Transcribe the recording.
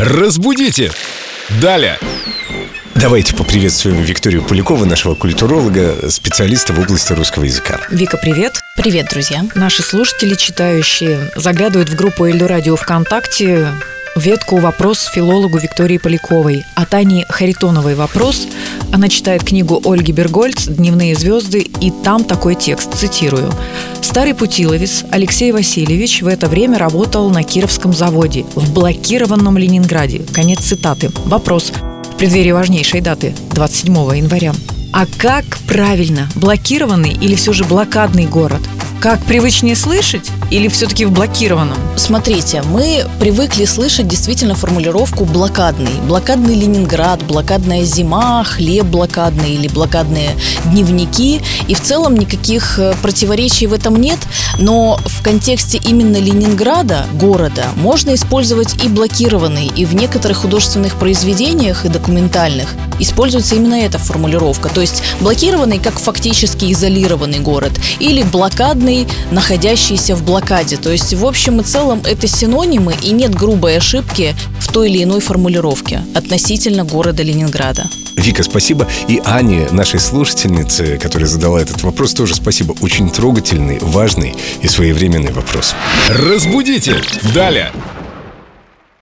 Разбудите! Далее! Давайте поприветствуем Викторию Полякову, нашего культуролога, специалиста в области русского языка. Вика, привет. Привет, друзья. Наши слушатели, читающие, заглядывают в группу Эльдо Радио ВКонтакте, ветку «Вопрос филологу Виктории Поляковой». От Ани Харитоновой вопрос. Она читает книгу Ольги Бергольц «Дневные звезды», и там такой текст, цитирую. «Старый путиловец Алексей Васильевич в это время работал на Кировском заводе в блокированном Ленинграде». Конец цитаты. Вопрос. В преддверии важнейшей даты, 27 января. А как правильно, блокированный или все же блокадный город? Как привычнее слышать или все-таки в блокированном? Смотрите, мы привыкли слышать действительно формулировку «блокадный». Блокадный Ленинград, блокадная зима, хлеб блокадный или блокадные дневники. И в целом никаких противоречий в этом нет. Но в контексте именно Ленинграда, города, можно использовать и блокированный. И в некоторых художественных произведениях и документальных используется именно эта формулировка. То есть блокированный как фактически изолированный город или блокадный, находящийся в блокаде. То есть в общем и целом это синонимы, и нет грубой ошибки в той или иной формулировке относительно города Ленинграда. Вика, спасибо. И Ане, нашей слушательнице, которая задала этот вопрос, тоже спасибо. Очень трогательный, важный и своевременный вопрос. Разбудите! Далее!